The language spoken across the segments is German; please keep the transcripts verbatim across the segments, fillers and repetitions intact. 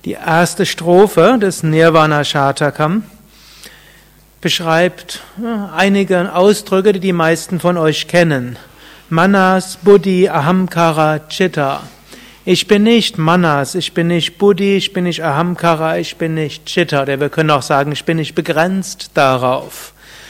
Die erste Strophe des Nirvana Shatakam beschreibt einige Ausdrücke, die die meisten von euch kennen. Manas, Buddhi, Ahamkara, Chitta. Ich bin nicht Manas, ich bin nicht Buddhi, ich bin nicht Ahamkara, ich bin nicht Chitta. Oder wir können auch sagen, ich bin nicht begrenzt darauf.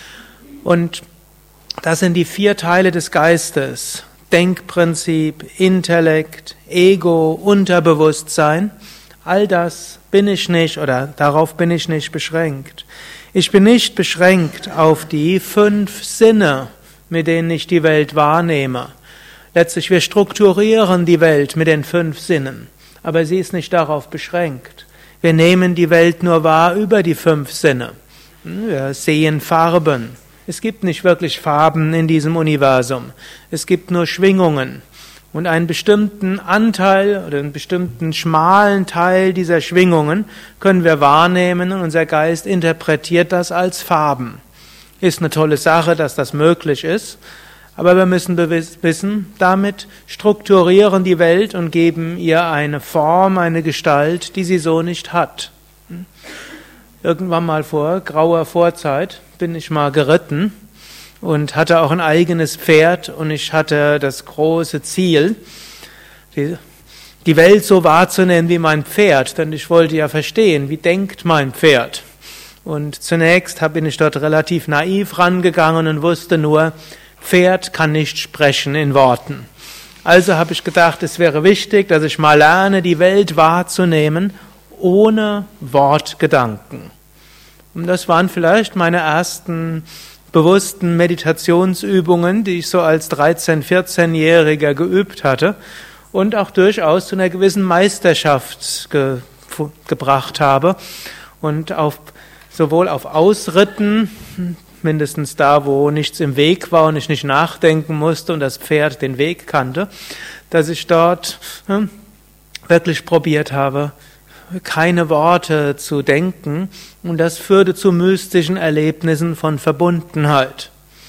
Und das sind die vier Teile des Geistes. Denkprinzip, Intellekt, Ego, Unterbewusstsein. All das bin ich nicht oder darauf bin ich nicht beschränkt. Ich bin nicht beschränkt auf die fünf Sinne, mit denen ich die Welt wahrnehme. Letztlich, wir strukturieren die Welt mit den fünf Sinnen, aber sie ist nicht darauf beschränkt. Wir nehmen die Welt nur wahr über die fünf Sinne. Wir sehen Farben. Es gibt nicht wirklich Farben in diesem Universum. Es gibt nur Schwingungen. Und einen bestimmten Anteil oder einen bestimmten schmalen Teil dieser Schwingungen können wir wahrnehmen und unser Geist interpretiert das als Farben. Ist eine tolle Sache, dass das möglich ist, aber wir müssen wissen, damit strukturieren die Welt und geben ihr eine Form, eine Gestalt, die sie so nicht hat. Irgendwann mal vor grauer Vorzeit bin ich mal geritten und hatte auch ein eigenes Pferd und ich hatte das große Ziel, die, die Welt so wahrzunehmen wie mein Pferd, denn ich wollte ja verstehen, wie denkt mein Pferd. Und zunächst bin ich dort relativ naiv rangegangen und wusste nur, Pferd kann nicht sprechen in Worten. Also habe ich gedacht, es wäre wichtig, dass ich mal lerne, die Welt wahrzunehmen ohne Wortgedanken. Und das waren vielleicht meine ersten bewussten Meditationsübungen, die ich so als dreizehn-, vierzehnjähriger geübt hatte und auch durchaus zu einer gewissen Meisterschaft ge- gebracht habe. Und auf, sowohl auf Ausritten, mindestens da, wo nichts im Weg war und ich nicht nachdenken musste und das Pferd den Weg kannte, dass ich dort hm, wirklich probiert habe, keine Worte zu denken, und das führte zu mystischen Erlebnissen von Verbundenheit.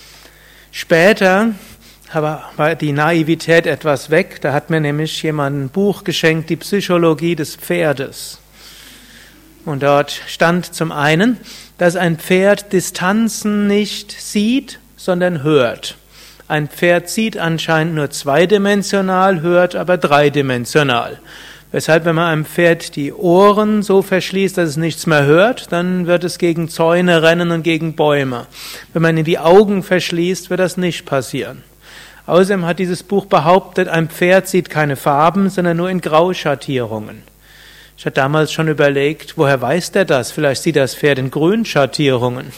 Später war die Naivität etwas weg, da hat mir nämlich jemand ein Buch geschenkt, die Psychologie des Pferdes. Und dort stand zum einen, dass ein Pferd Distanzen nicht sieht, sondern hört. Ein Pferd sieht anscheinend nur zweidimensional, hört aber dreidimensional. Weshalb, wenn man einem Pferd die Ohren so verschließt, dass es nichts mehr hört, dann wird es gegen Zäune rennen und gegen Bäume. Wenn man ihm die Augen verschließt, wird das nicht passieren. Außerdem hat dieses Buch behauptet, ein Pferd sieht keine Farben, sondern nur in Grauschattierungen. Ich hatte damals schon überlegt, woher weiß der das? Vielleicht sieht das Pferd in Grünschattierungen.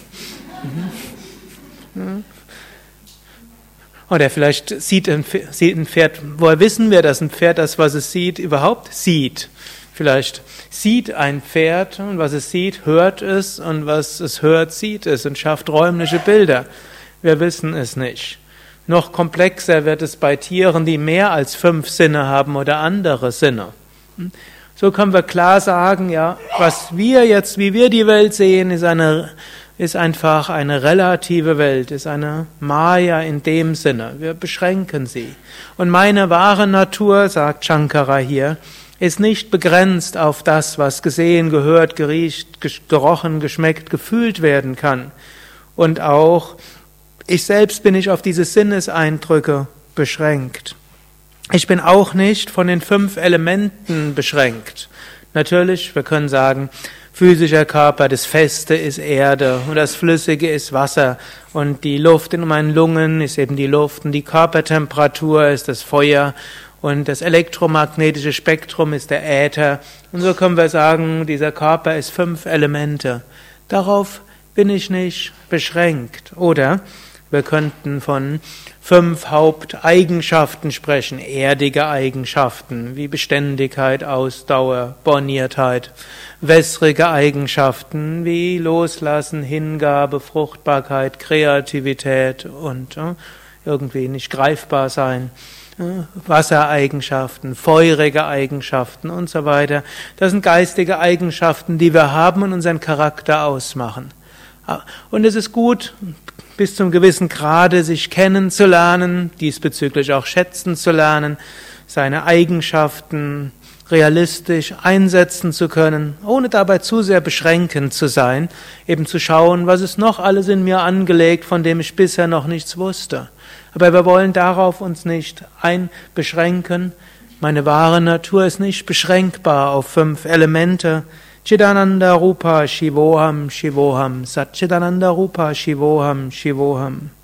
Mhm. Oder vielleicht sieht ein Pferd, woher wissen wir, dass ein Pferd das, was es sieht, überhaupt sieht? Vielleicht sieht ein Pferd und was es sieht, hört es und was es hört, sieht es und schafft räumliche Bilder. Wir wissen es nicht. Noch komplexer wird es bei Tieren, die mehr als fünf Sinne haben oder andere Sinne. So können wir klar sagen, ja, was wir jetzt, wie wir die Welt sehen, ist eine ist einfach eine relative Welt, ist eine Maya in dem Sinne. Wir beschränken sie. Und meine wahre Natur, sagt Shankara hier, ist nicht begrenzt auf das, was gesehen, gehört, geriecht, gerochen, geschmeckt, gefühlt werden kann. Und auch ich selbst bin nicht auf diese Sinneseindrücke beschränkt. Ich bin auch nicht von den fünf Elementen beschränkt. Natürlich, wir können sagen, physischer Körper, das Feste ist Erde und das Flüssige ist Wasser und die Luft in meinen Lungen ist eben die Luft und die Körpertemperatur ist das Feuer und das elektromagnetische Spektrum ist der Äther. Und so können wir sagen, dieser Körper ist fünf Elemente. Darauf bin ich nicht beschränkt. Oder wir könnten von fünf Haupteigenschaften sprechen, erdige Eigenschaften wie Beständigkeit, Ausdauer, Borniertheit, wässrige Eigenschaften wie Loslassen, Hingabe, Fruchtbarkeit, Kreativität und äh, irgendwie nicht greifbar sein, äh, Wassereigenschaften, feurige Eigenschaften und so weiter. Das sind geistige Eigenschaften, die wir haben und unseren Charakter ausmachen. Und es ist gut, bis zum gewissen Grade sich kennenzulernen, diesbezüglich auch schätzen zu lernen, seine Eigenschaften, realistisch einsetzen zu können, ohne dabei zu sehr beschränkend zu sein, eben zu schauen, was ist noch alles in mir angelegt, von dem ich bisher noch nichts wusste. Aber wir wollen darauf uns nicht einbeschränken. Meine wahre Natur ist nicht beschränkbar auf fünf Elemente. Chidananda Rupa Shivoham Shivoham Satchidananda Rupa Shivoham Shivoham.